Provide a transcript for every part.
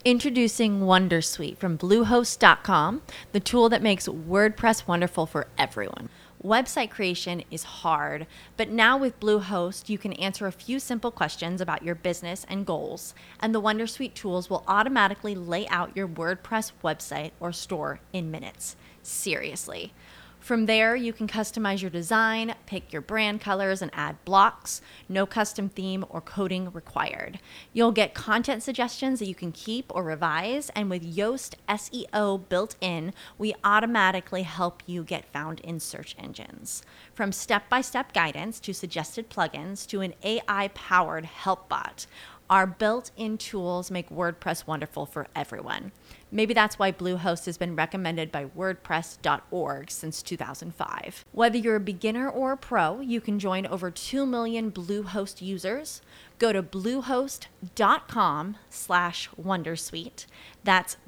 Introducing Wondersuite from Bluehost.com, the tool that makes WordPress wonderful for everyone. Website creation is hard, but now with Bluehost, you can answer a few simple questions about your business and goals, and the Wondersuite tools will automatically lay out your WordPress website or store in minutes. Seriously. From there, you can customize your design, pick your brand colors, and add blocks. No custom theme or coding required. You'll get content suggestions that you can keep or revise, and with Yoast SEO built in, we automatically help you get found in search engines. From step-by-step guidance to suggested plugins to an AI-powered help bot, our built-in tools make WordPress wonderful for everyone. Maybe that's why Bluehost has been recommended by WordPress.org since 2005. Whether you're a beginner or a pro, you can join over 2 million Bluehost users. Go to bluehost.com/wondersuite. That's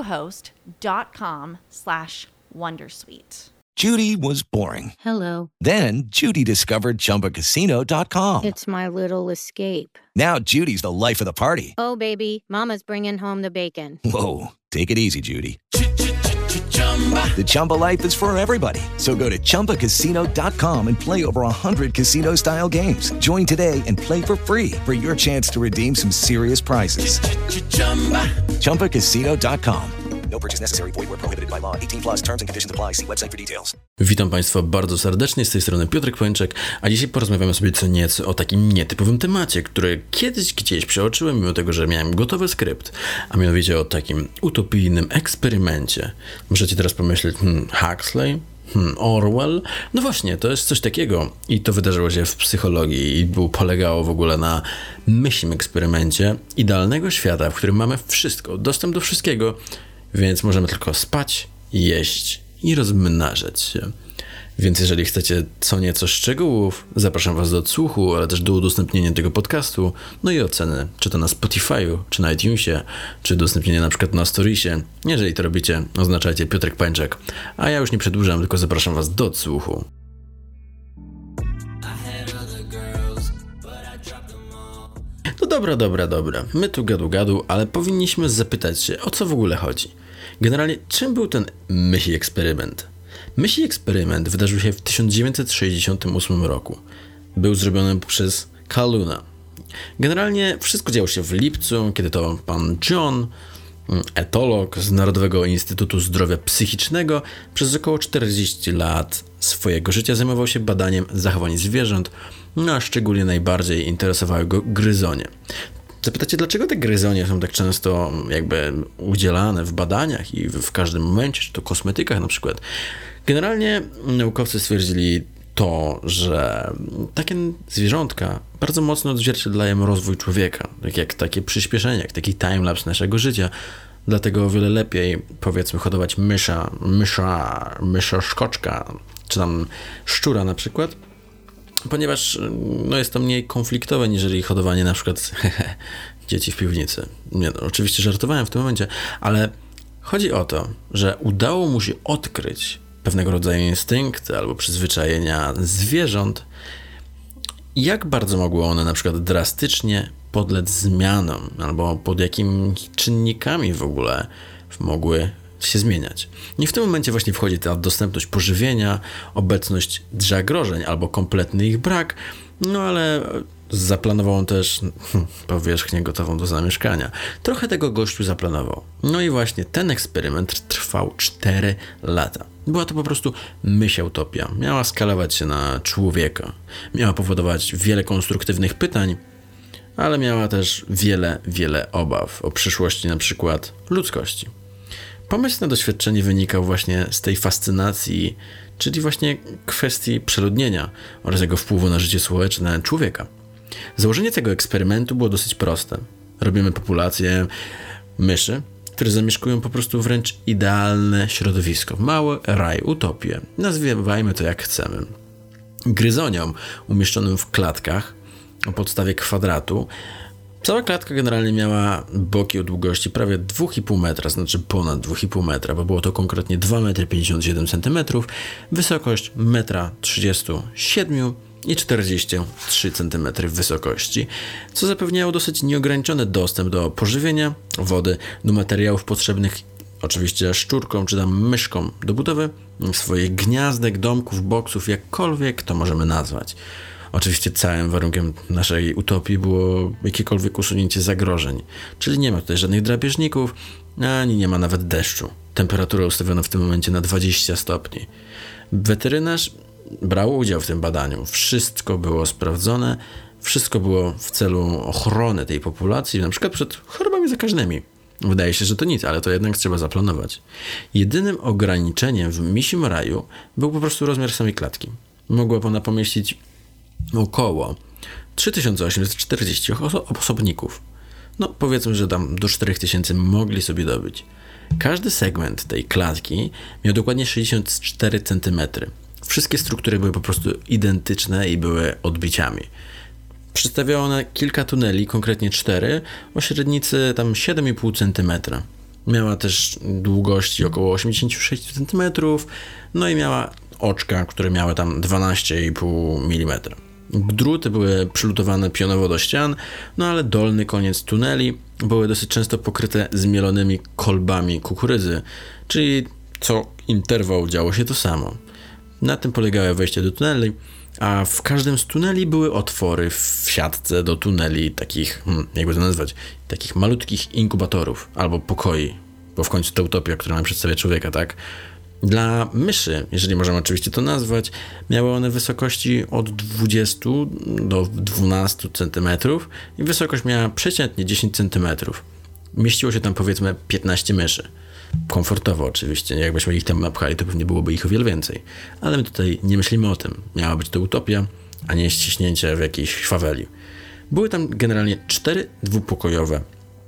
bluehost.com/wondersuite. Judy was boring. Hello. Then Judy discovered ChumbaCasino.com. It's my little escape. Now Judy's the life of the party. Oh, baby, mama's bringing home the bacon. Whoa, take it easy, Judy. The Chumba life is for everybody. So go to ChumbaCasino.com and play over 100 casino-style games. Join today and play for free for your chance to redeem some serious prizes. ChumbaCasino.com. No purchase necessary. Void where prohibited by law. 18+. Terms and conditions apply. See website for details. Witam Państwa bardzo serdecznie, z tej strony Piotrek Pączek, a dzisiaj porozmawiamy sobie co nieco o takim nietypowym temacie, który kiedyś gdzieś przeoczyłem, mimo tego, że miałem gotowy skrypt, a mianowicie o takim utopijnym eksperymencie. Możecie teraz pomyśleć, Huxley? Orwell? No właśnie, to jest coś takiego i to wydarzyło się w psychologii i polegało w ogóle na myślnym eksperymencie idealnego świata, w którym mamy wszystko, dostęp do wszystkiego, więc możemy tylko spać, jeść i rozmnażać się. Więc jeżeli chcecie co nieco szczegółów, zapraszam Was do odsłuchu, ale też do udostępnienia tego podcastu, no i oceny, czy to na Spotify'u, czy na iTunesie, czy udostępnienia na przykład na Storiesie. Jeżeli to robicie, oznaczajcie Piotrek Pączek. A ja już nie przedłużam, tylko zapraszam Was do odsłuchu. No dobra. My tu gadu, ale powinniśmy zapytać się, o co w ogóle chodzi. Generalnie, czym był ten myśli eksperyment? Myśli eksperyment wydarzył się w 1968 roku. Był zrobiony przez Kaluna. Generalnie wszystko działo się w lipcu, kiedy to pan John, etolog z Narodowego Instytutu Zdrowia Psychicznego, przez około 40 lat swojego życia zajmował się badaniem zachowań zwierząt, no a szczególnie najbardziej interesowały go gryzonie. Zapytacie, dlaczego te gryzonie są tak często jakby udzielane w badaniach i w każdym momencie, czy to kosmetykach na przykład? Generalnie naukowcy stwierdzili to, że takie zwierzątka bardzo mocno odzwierciedlają rozwój człowieka, tak jak takie przyspieszenie, jak taki timelapse naszego życia. Dlatego o wiele lepiej, powiedzmy, hodować mysza szkoczka, czy tam szczura na przykład, ponieważ jest to mniej konfliktowe niżeli hodowanie na przykład dzieci w piwnicy. Nie, oczywiście żartowałem w tym momencie, ale chodzi o to, że udało mu się odkryć pewnego rodzaju instynkty albo przyzwyczajenia zwierząt, jak bardzo mogły one na przykład drastycznie podlec zmianom, albo pod jakimi czynnikami w ogóle mogły się zmieniać. I w tym momencie właśnie wchodzi ta dostępność pożywienia, obecność zagrożeń albo kompletny ich brak, no ale zaplanował on też powierzchnię gotową do zamieszkania. Trochę tego gościu zaplanował. No i właśnie ten eksperyment trwał 4 lata. Była to po prostu myśl-utopia. Miała skalować się na człowieka. Miała powodować wiele konstruktywnych pytań, ale miała też wiele obaw o przyszłości na przykład ludzkości. Pomysł na doświadczenie wynikał właśnie z tej fascynacji, czyli właśnie kwestii przeludnienia oraz jego wpływu na życie społeczne człowieka. Założenie tego eksperymentu było dosyć proste. Robimy populację myszy, które zamieszkują po prostu wręcz idealne środowisko. Mały raj, utopię. Nazywajmy to jak chcemy. Gryzoniom umieszczonym w klatkach o podstawie kwadratu. Cała klatka generalnie miała boki o długości prawie 2,5 metra, znaczy ponad 2,5 metra, bo było to konkretnie 2,57 m, wysokość 1,37 m i 43 cm wysokości, co zapewniało dosyć nieograniczony dostęp do pożywienia, wody, do materiałów potrzebnych oczywiście szczurkom czy tam myszkom do budowy swoich gniazdek, domków, boksów, jakkolwiek to możemy nazwać. Oczywiście całym warunkiem naszej utopii było jakiekolwiek usunięcie zagrożeń, czyli nie ma tutaj żadnych drapieżników, ani nie ma nawet deszczu. Temperaturę ustawiono w tym momencie na 20 stopni. Weterynarz brał udział w tym badaniu. Wszystko było sprawdzone, wszystko było w celu ochrony tej populacji, na przykład przed chorobami zakaźnymi. Wydaje się, że to nic, ale to jednak trzeba zaplanować. Jedynym ograniczeniem w misim raju był po prostu rozmiar samej klatki. Mogła ona pomieścić około 3840 osobników. No powiedzmy, że tam do 4000 mogli sobie dobyć. Każdy segment tej klatki miał dokładnie 64 cm. Wszystkie struktury były po prostu identyczne i były odbiciami. Przedstawiało one kilka tuneli, konkretnie 4, o średnicy tam 7,5 cm. Miała też długości około 86 cm, no i miała oczka, które miały tam 12,5 mm. Druty były przylutowane pionowo do ścian, no ale dolny koniec tuneli były dosyć często pokryte zmielonymi kolbami kukurydzy, czyli co interwał działo się to samo. Na tym polegały wejście do tuneli, a w każdym z tuneli były otwory w siatce do tuneli takich, jakby to nazwać, takich malutkich inkubatorów albo pokoi, bo w końcu to utopia, która nam przedstawia człowieka, tak? Dla myszy, jeżeli możemy oczywiście to nazwać, miały one wysokości od 20 do 12 cm i wysokość miała przeciętnie 10 cm. Mieściło się tam powiedzmy 15 myszy. Komfortowo oczywiście, jakbyśmy ich tam napchali, to pewnie byłoby ich o wiele więcej. Ale my tutaj nie myślimy o tym. Miała być to utopia, a nie ściśnięcie w jakiejś faweli. Były tam generalnie 4 dwupokojowe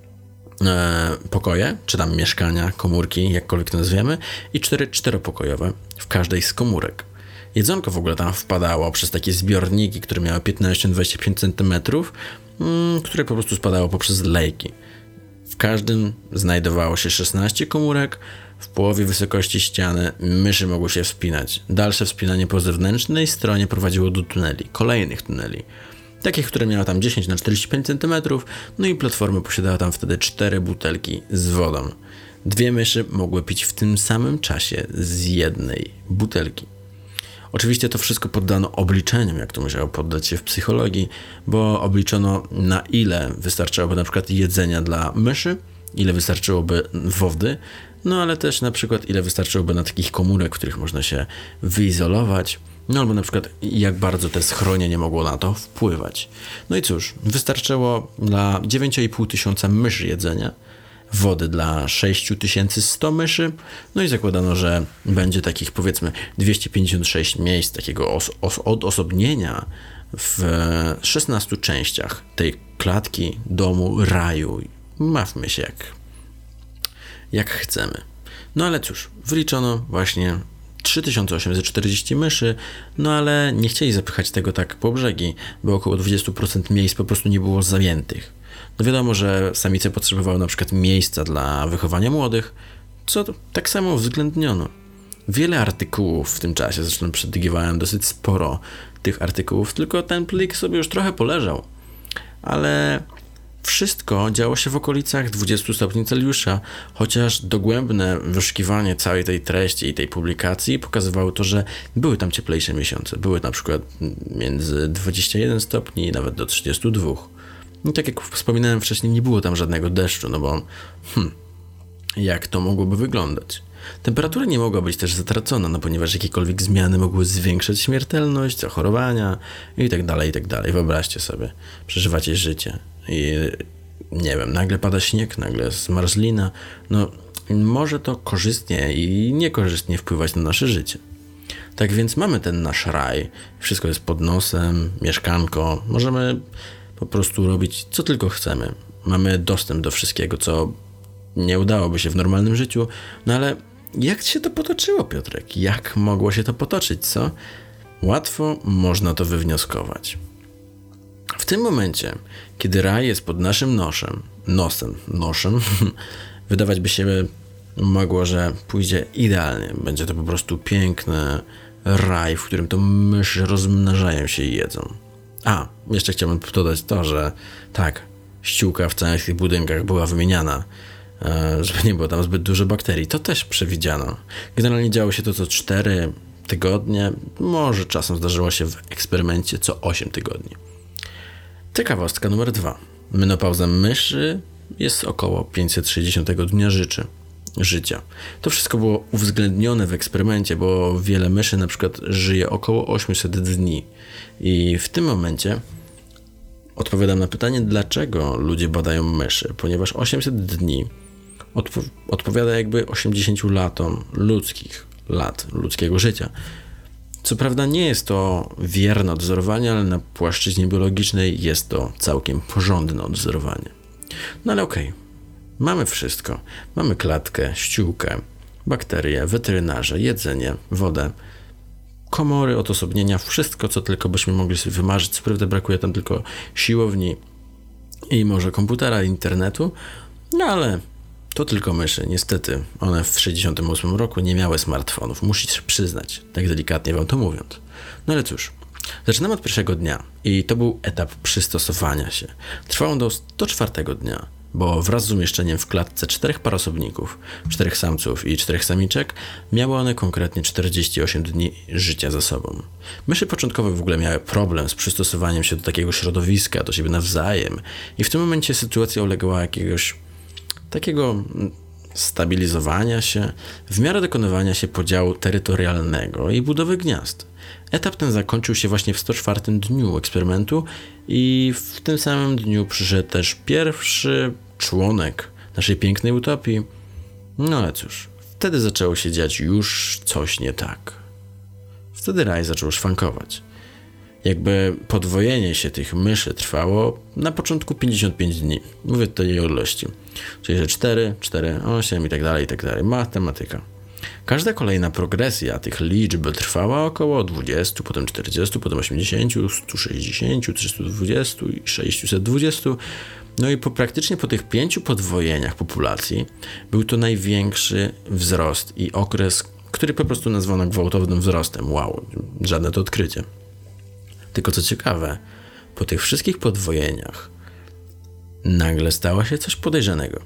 pokoje, czy tam mieszkania, komórki, jakkolwiek to nazwiemy, i 4 czteropokojowe w każdej z komórek. Jedzonko w ogóle tam wpadało przez takie zbiorniki, które miały 15-25 cm, które po prostu spadało poprzez lejki. W każdym znajdowało się 16 komórek, w połowie wysokości ściany myszy mogły się wspinać. Dalsze wspinanie po zewnętrznej stronie prowadziło do tuneli, kolejnych tuneli. Takich, które miały tam 10 na 45 cm, no i platformy posiadała tam wtedy 4 butelki z wodą. 2 myszy mogły pić w tym samym czasie z jednej butelki. Oczywiście to wszystko poddano obliczeniom, jak to musiało poddać się w psychologii, bo obliczono, na ile wystarczyłoby na przykład jedzenia dla myszy, ile wystarczyłoby wody, no ale też na przykład ile wystarczyłoby na takich komórek, w których można się wyizolować, no albo na przykład jak bardzo te schronienie mogło na to wpływać. No i cóż, wystarczyło dla 9,5 tysiąca myszy jedzenia, wody dla 6100 myszy, no i zakładano, że będzie takich powiedzmy 256 miejsc takiego odosobnienia w 16 częściach tej klatki, domu, raju. Bawmy się jak chcemy. No ale cóż, wyliczono właśnie 3840 myszy, no ale nie chcieli zapychać tego tak po brzegi, bo około 20% miejsc po prostu nie było zajętych. No wiadomo, że samice potrzebowały na przykład miejsca dla wychowania młodych, co tak samo uwzględniono. Wiele artykułów w tym czasie, zresztą przedygiwałem dosyć sporo tych artykułów, tylko ten plik sobie już trochę poleżał. Ale wszystko działo się w okolicach 20 stopni Celsjusza, chociaż dogłębne wyszukiwanie całej tej treści i tej publikacji pokazywało to, że były tam cieplejsze miesiące. Były na przykład między 21 stopni i nawet do 32. No tak jak wspominałem wcześniej, nie było tam żadnego deszczu, no bo jak to mogłoby wyglądać? Temperatura nie mogła być też zatracona, no ponieważ jakiekolwiek zmiany mogły zwiększać śmiertelność, zachorowania i tak dalej, i tak dalej. Wyobraźcie sobie, przeżywacie życie i nie wiem, nagle pada śnieg, nagle zmarzlina, no może to korzystnie i niekorzystnie wpływać na nasze życie. Tak więc mamy ten nasz raj, wszystko jest pod nosem, mieszkanko, możemy po prostu robić co tylko chcemy. Mamy dostęp do wszystkiego, co nie udałoby się w normalnym życiu, no ale jak się to potoczyło, Piotrek? Jak mogło się to potoczyć, co? Łatwo można to wywnioskować. W tym momencie, kiedy raj jest pod naszym nosem, wydawać by się mogło, że pójdzie idealnie. Będzie to po prostu piękne, raj, w którym to myszy rozmnażają się i jedzą. A, jeszcze chciałbym dodać to, że tak, ściółka w całych tych budynkach była wymieniana, żeby nie było tam zbyt dużo bakterii. To też przewidziano. Generalnie działo się to co 4 tygodnie, może czasem zdarzyło się w eksperymencie co 8 tygodni. Ciekawostka numer 2. Menopauza myszy jest około 560 dnia życia. To wszystko było uwzględnione w eksperymencie, bo wiele myszy na przykład żyje około 800 dni. I w tym momencie odpowiadam na pytanie, dlaczego ludzie badają myszy, ponieważ 800 dni odpowiada jakby 80 latom ludzkiego życia. Co prawda nie jest to wierne odwzorowanie, ale na płaszczyźnie biologicznej jest to całkiem porządne odwzorowanie. No ale okej. Mamy wszystko. Mamy klatkę, ściółkę, bakterie, weterynarze, jedzenie, wodę, komory odosobnienia, wszystko, co tylko byśmy mogli sobie wymarzyć. Co prawda brakuje tam tylko siłowni i może komputera, internetu, no ale to tylko myszy. Niestety, one w 1968 roku nie miały smartfonów. Musisz przyznać, tak delikatnie wam to mówiąc. No ale cóż, zaczynamy od pierwszego dnia i to był etap przystosowania się. Trwał on do 104 dnia, bo wraz z umieszczeniem w klatce 4 parosobników, 4 samców i 4 samiczek, miały one konkretnie 48 dni życia za sobą. Myszy początkowo w ogóle miały problem z przystosowaniem się do takiego środowiska, do siebie nawzajem i w tym momencie sytuacja uległa jakiegoś takiego stabilizowania się w miarę dokonywania się podziału terytorialnego i budowy gniazd. Etap ten zakończył się właśnie w 104 dniu eksperymentu i w tym samym dniu przyszedł też pierwszy członek naszej pięknej utopii. No ale cóż, wtedy zaczęło się dziać już coś nie tak. Wtedy raj zaczął szwankować. Jakby podwojenie się tych myszy trwało na początku 55 dni. Mówię tutaj o ilości. Czyli że 4, 8 i tak dalej. Matematyka. Każda kolejna progresja tych liczb trwała około 20, potem 40, potem 80, 160, 320 i 620. No i praktycznie po tych 5 podwojeniach populacji był to największy wzrost i okres, który po prostu nazwano gwałtownym wzrostem. Wow, żadne to odkrycie. Tylko co ciekawe, po tych wszystkich podwojeniach nagle stało się coś podejrzanego,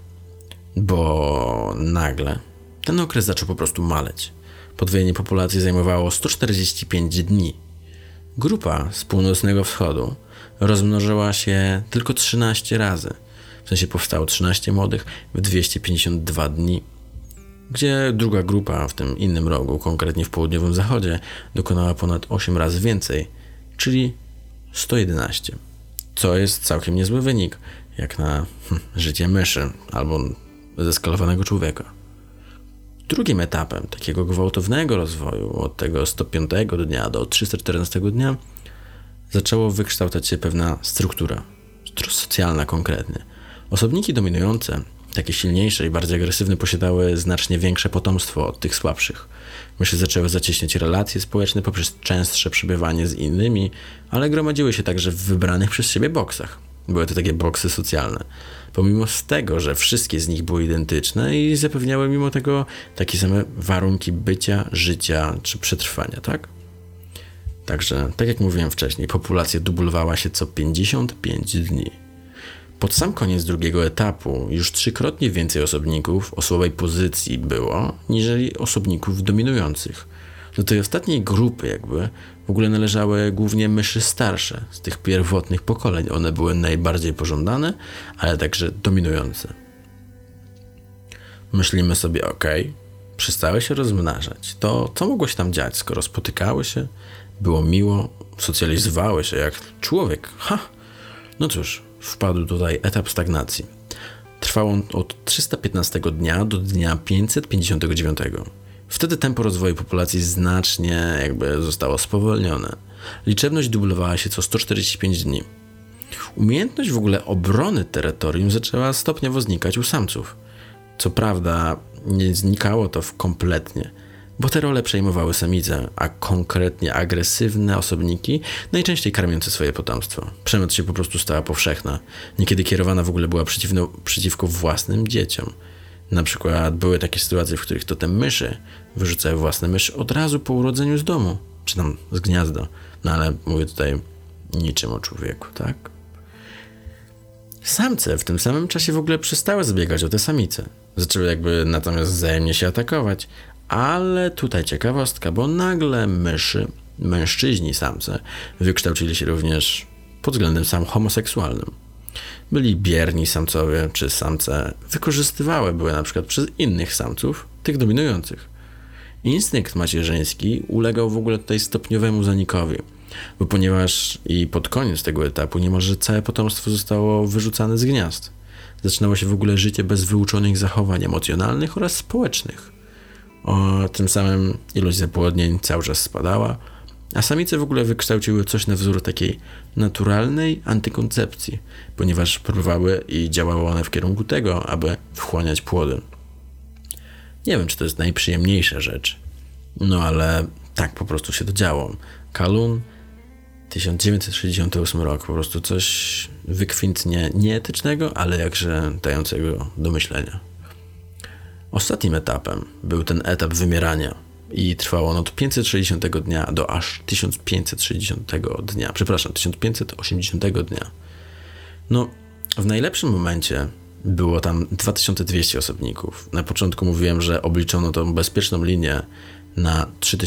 bo nagle ten okres zaczął po prostu maleć. Podwojenie populacji zajmowało 145 dni. Grupa z północnego wschodu rozmnożyła się tylko 13 razy. W sensie powstało 13 młodych w 252 dni. Gdzie druga grupa w tym innym rogu, konkretnie w południowym zachodzie, dokonała ponad 8 razy więcej, czyli 111. Co jest całkiem niezły wynik, jak na życie myszy albo zeskalowanego człowieka. Drugim etapem takiego gwałtownego rozwoju od tego 105 dnia do 314 dnia zaczęło wykształcać się pewna struktura socjalna konkretnie. Osobniki dominujące, takie silniejsze i bardziej agresywne, posiadały znacznie większe potomstwo od tych słabszych. Myszy zaczęły zacieśniać relacje społeczne poprzez częstsze przebywanie z innymi, ale gromadziły się także w wybranych przez siebie boksach. Były to takie boksy socjalne. Pomimo tego, że wszystkie z nich były identyczne i zapewniały mimo tego takie same warunki bycia, życia czy przetrwania, tak? Także, tak jak mówiłem wcześniej, populacja dublowała się co 55 dni. Pod sam koniec drugiego etapu już 3-krotnie więcej osobników o słabej pozycji było, niżeli osobników dominujących. Do tej ostatniej grupy jakby w ogóle należały głównie myszy starsze z tych pierwotnych pokoleń. One były najbardziej pożądane, ale także dominujące. Myślimy sobie, przestały się rozmnażać. To co mogło się tam dziać, skoro spotykały się, było miło, socjalizowały się jak człowiek? No cóż, wpadł tutaj etap stagnacji. Trwał on od 315 dnia do dnia 559. Wtedy tempo rozwoju populacji znacznie zostało spowolnione. Liczebność dublowała się co 145 dni. Umiejętność w ogóle obrony terytorium zaczęła stopniowo znikać u samców. Co prawda nie znikało to kompletnie, bo te role przejmowały samice, a konkretnie agresywne osobniki, najczęściej karmiące swoje potomstwo. Przemoc się po prostu stała powszechna. Niekiedy kierowana w ogóle była przeciwko własnym dzieciom. Na przykład były takie sytuacje, w których to te myszy wyrzucały własne myszy od razu po urodzeniu z domu. czy tam z gniazda. No ale mówię tutaj niczym o człowieku, tak? Samce w tym samym czasie w ogóle przestały zabiegać o te samice. Zaczęły jakby natomiast wzajemnie się atakować. Ale tutaj ciekawostka, bo nagle mężczyźni samce wykształcili się również pod względem homoseksualnym. Byli bierni samcowie czy samce wykorzystywane były na przykład przez innych samców, tych dominujących. Instynkt macierzyński ulegał w ogóle tutaj stopniowemu zanikowi, bo ponieważ i pod koniec tego etapu niemalże całe potomstwo zostało wyrzucane z gniazd. Zaczynało się w ogóle życie bez wyuczonych zachowań emocjonalnych oraz społecznych. Tym samym ilość zapłodnień cały czas spadała, a samice w ogóle wykształciły coś na wzór takiej naturalnej antykoncepcji, ponieważ próbowały i działały one w kierunku tego, aby wchłaniać płody. Nie wiem, czy to jest najprzyjemniejsza rzecz, no ale tak po prostu się to działo. Kalun, 1968 rok, po prostu coś wykwintnie nieetycznego, ale jakże dającego do myślenia. Ostatnim etapem był ten etap wymierania i trwał on od 560 dnia do aż 1580 dnia. No, w najlepszym momencie było tam 2200 osobników. Na początku mówiłem, że obliczono tą bezpieczną linię na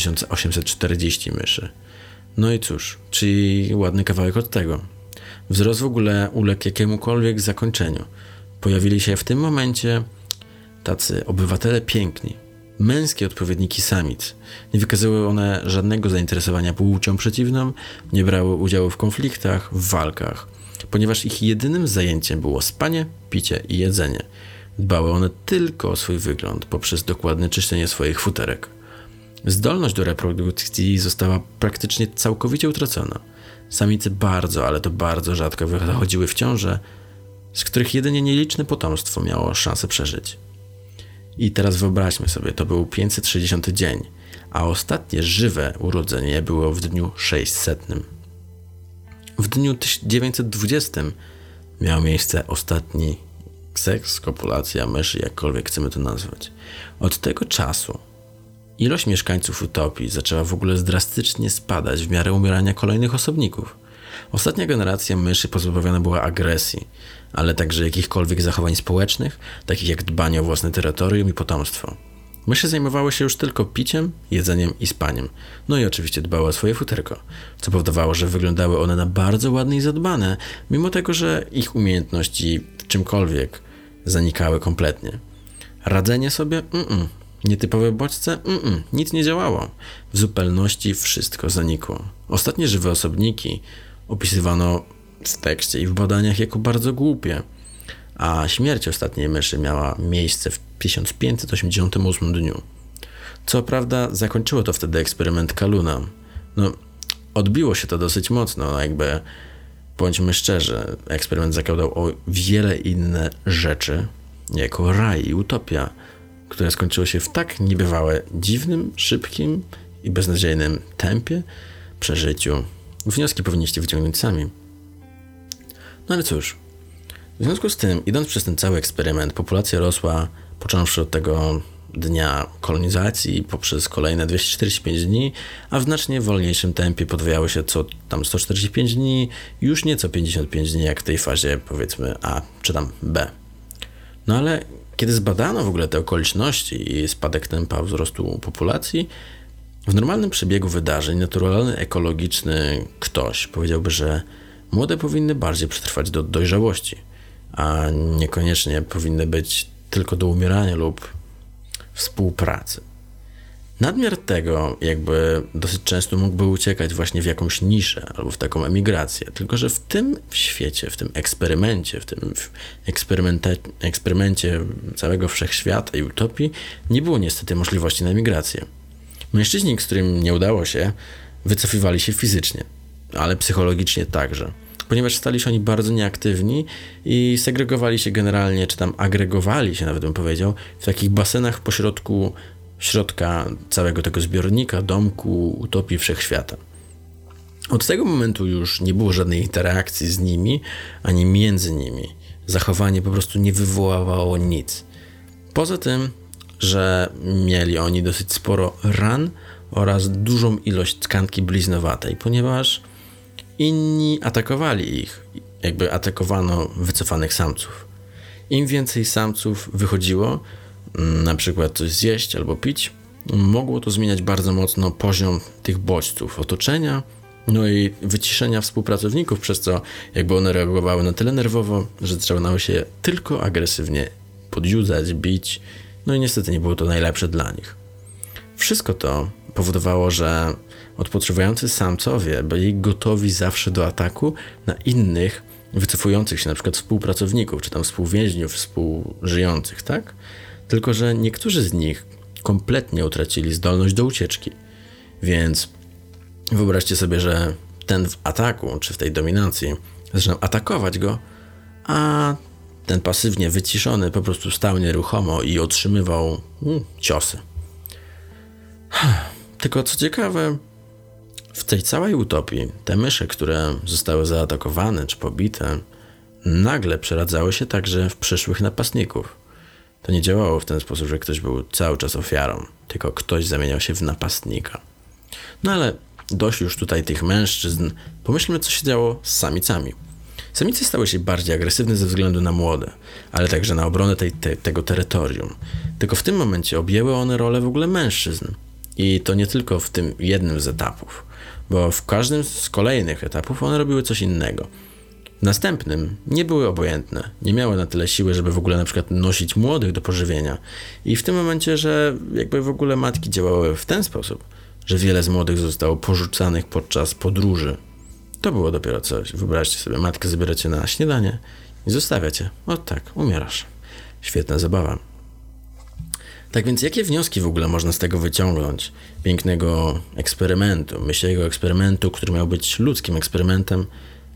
3840 myszy. No i cóż, czyli ładny kawałek od tego. Wzrost w ogóle uległ jakiemukolwiek zakończeniu. Pojawili się w tym momencie tacy obywatele piękni, męskie odpowiedniki samic. Nie wykazały one żadnego zainteresowania płcią przeciwną, nie brały udziału w konfliktach, w walkach, ponieważ ich jedynym zajęciem było spanie, picie i jedzenie. Dbały one tylko o swój wygląd poprzez dokładne czyszczenie swoich futerek. Zdolność do reprodukcji została praktycznie całkowicie utracona. Samice bardzo, ale to bardzo rzadko wychodziły w ciąże, z których jedynie nieliczne potomstwo miało szansę przeżyć. I teraz wyobraźmy sobie, to był 560 dzień, a ostatnie żywe urodzenie było w dniu 600. W dniu 1920 miał miejsce ostatni seks, kopulacja myszy, jakkolwiek chcemy to nazwać. Od tego czasu ilość mieszkańców utopii zaczęła w ogóle drastycznie spadać w miarę umierania kolejnych osobników. Ostatnia generacja myszy pozbawiona była agresji, ale także jakichkolwiek zachowań społecznych, takich jak dbanie o własne terytorium i potomstwo. Myszy zajmowały się już tylko piciem, jedzeniem i spaniem. No i oczywiście dbały o swoje futerko, co powodowało, że wyglądały one na bardzo ładne i zadbane, mimo tego, że ich umiejętności w czymkolwiek zanikały kompletnie. Radzenie sobie? Nietypowe bodźce? Nic nie działało. W zupełności wszystko zanikło. Ostatnie żywe osobniki opisywano w tekście i w badaniach jako bardzo głupie, a śmierć ostatniej myszy miała miejsce w 1588 dniu. Co prawda zakończyło to wtedy eksperyment Kaluna. No, odbiło się to dosyć mocno, jakby, bądźmy szczerzy, eksperyment zakładał o wiele inne rzeczy, jako raj i utopia, które skończyło się w tak niebywale dziwnym, szybkim i beznadziejnym tempie, przeżyciu. Wnioski powinniście wyciągnąć sami. No ale cóż, w związku z tym, idąc przez ten cały eksperyment, populacja rosła, począwszy od tego dnia kolonizacji poprzez kolejne 245 dni, a w znacznie wolniejszym tempie podwajały się co tam 145 dni, już nie co 55 dni, jak w tej fazie, powiedzmy, A czy tam B. No ale kiedy zbadano w ogóle te okoliczności i spadek tempa wzrostu populacji, w normalnym przebiegu wydarzeń naturalny, ekologiczny ktoś powiedziałby, że młode powinny bardziej przetrwać do dojrzałości, a niekoniecznie powinny być tylko do umierania lub współpracy. Nadmiar tego jakby dosyć często mógłby uciekać właśnie w jakąś niszę albo w taką emigrację, tylko że w tym świecie, w tym eksperymencie całego wszechświata i utopii nie było niestety możliwości na emigrację. Mężczyźni, z którym nie udało się, wycofywali się fizycznie, ale psychologicznie także, ponieważ stali się oni bardzo nieaktywni i segregowali się generalnie, czy tam agregowali się, nawet bym powiedział, w takich basenach pośrodku środka całego tego zbiornika, domku, utopii wszechświata. Od tego momentu już nie było żadnej interakcji z nimi, ani między nimi. Zachowanie po prostu nie wywoływało nic. Poza tym, że mieli oni dosyć sporo ran oraz dużą ilość tkanki bliznowatej, ponieważ inni atakowali ich, jakby atakowano wycofanych samców. Im więcej samców wychodziło, na przykład coś zjeść albo pić, mogło to zmieniać bardzo mocno poziom tych bodźców, otoczenia, no i wyciszenia współpracowników, przez co jakby one reagowały na tyle nerwowo, że zaczynały się tylko agresywnie podjudzać, bić, no i niestety nie było to najlepsze dla nich. Wszystko to powodowało, że odpoczywający samcowie byli gotowi zawsze do ataku na innych wycofujących się na przykład współpracowników, czy tam współwięźniów, współżyjących, tak? Tylko że niektórzy z nich kompletnie utracili zdolność do ucieczki. Więc wyobraźcie sobie, że ten w ataku, czy w tej dominacji zaczynał atakować go, a ten pasywnie wyciszony po prostu stał nieruchomo i otrzymywał ciosy. Tylko co ciekawe, w tej całej utopii te myszy, które zostały zaatakowane czy pobite, nagle przeradzały się także w przyszłych napastników. To nie działało w ten sposób, że ktoś był cały czas ofiarą, tylko ktoś zamieniał się w napastnika. No ale dość już tutaj tych mężczyzn, pomyślmy, co się działo z samicami. Samice stały się bardziej agresywne ze względu na młode, ale także na obronę tego terytorium. Tylko w tym momencie objęły one rolę w ogóle mężczyzn. I to nie tylko w tym jednym z etapów, bo w każdym z kolejnych etapów one robiły coś innego. W następnym nie były obojętne, nie miały na tyle siły, żeby w ogóle na przykład nosić młodych do pożywienia. I w tym momencie, że jakby w ogóle matki działały w ten sposób, że wiele z młodych zostało porzucanych podczas podróży. To było dopiero coś. Wyobraźcie sobie, matkę zabieracie na śniadanie i zostawiacie. O tak, umierasz. Świetna zabawa. Tak więc jakie wnioski w ogóle można z tego wyciągnąć? Pięknego eksperymentu, myślnego eksperymentu, który miał być ludzkim eksperymentem.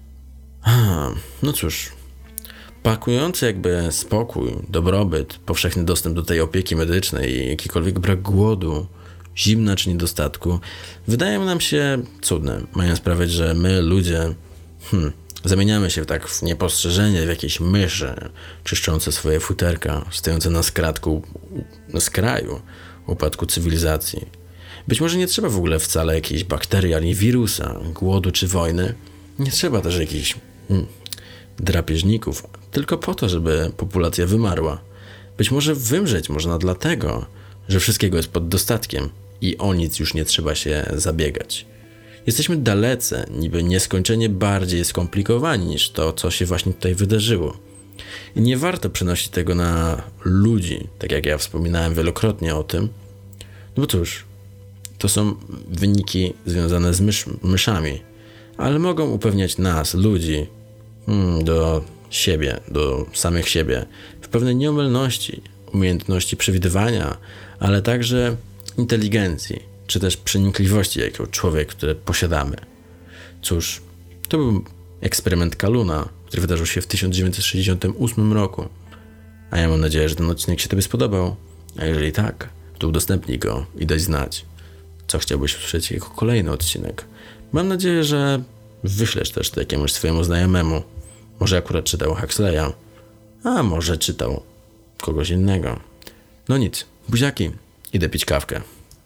No cóż, pakujący jakby spokój, dobrobyt, powszechny dostęp do tej opieki medycznej i jakikolwiek brak głodu, zimna czy niedostatku, wydają nam się cudne, mają sprawiać, że my, ludzie, zamieniamy się tak w niepostrzeżenie w jakieś myszy, czyszczące swoje futerka, stojące na skraju upadku cywilizacji. Być może nie trzeba w ogóle wcale jakiejś bakterii, ani wirusa, głodu czy wojny. Nie trzeba też jakichś drapieżników, tylko po to, żeby populacja wymarła. Być może wymrzeć można dlatego, że wszystkiego jest pod dostatkiem i o nic już nie trzeba się zabiegać. Jesteśmy dalece, niby nieskończenie bardziej skomplikowani niż to, co się właśnie tutaj wydarzyło. I nie warto przenosić tego na ludzi, tak jak ja wspominałem wielokrotnie o tym, no bo cóż, to są wyniki związane z myszami, ale mogą upewniać nas, ludzi, do siebie, do samych siebie, w pewnej nieomylności, umiejętności przewidywania, ale także inteligencji, czy też przenikliwości jako człowiek, które posiadamy. Cóż, to był eksperyment Kaluna, który wydarzył się w 1968 roku. A ja mam nadzieję, że ten odcinek się Tobie spodobał. A jeżeli tak, to udostępnij go i daj znać, co chciałbyś usłyszeć jako kolejny odcinek. Mam nadzieję, że wyślesz też to jakiemuś swojemu znajomemu. Może akurat czytał Huxleya, a może czytał kogoś innego. No nic, buziaki, idę pić kawkę.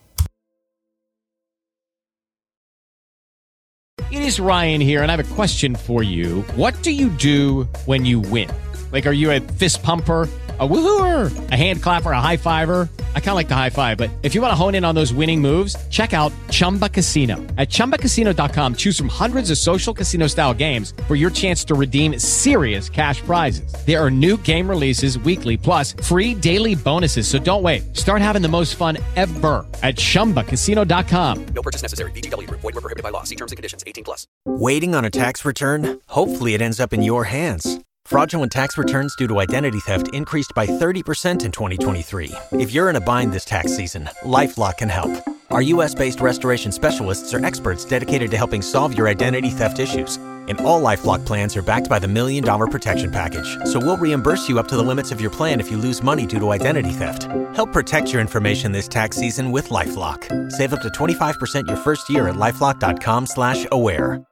It is Ryan here, and I have a question for you. What do you do when you win? Like, are you a fist pumper, a woohooer, a hand clapper, a high fiver? I kind of like the high five, but if you want to hone in on those winning moves, check out Chumba Casino. At ChumbaCasino.com, choose from hundreds of social casino-style games for your chance to redeem serious cash prizes. There are new game releases weekly, plus free daily bonuses, so don't wait. Start having the most fun ever at ChumbaCasino.com. No purchase necessary. VGW Group. Void where prohibited by law. See terms and conditions. 18+. Waiting on a tax return? Hopefully it ends up in your hands. Fraudulent tax returns due to identity theft increased by 30% in 2023. If you're in a bind this tax season, LifeLock can help. Our U.S.-based restoration specialists are experts dedicated to helping solve your identity theft issues. And all LifeLock plans are backed by the $1 Million Protection Package. So we'll reimburse you up to the limits of your plan if you lose money due to identity theft. Help protect your information this tax season with LifeLock. Save up to 25% your first year at LifeLock.com/aware.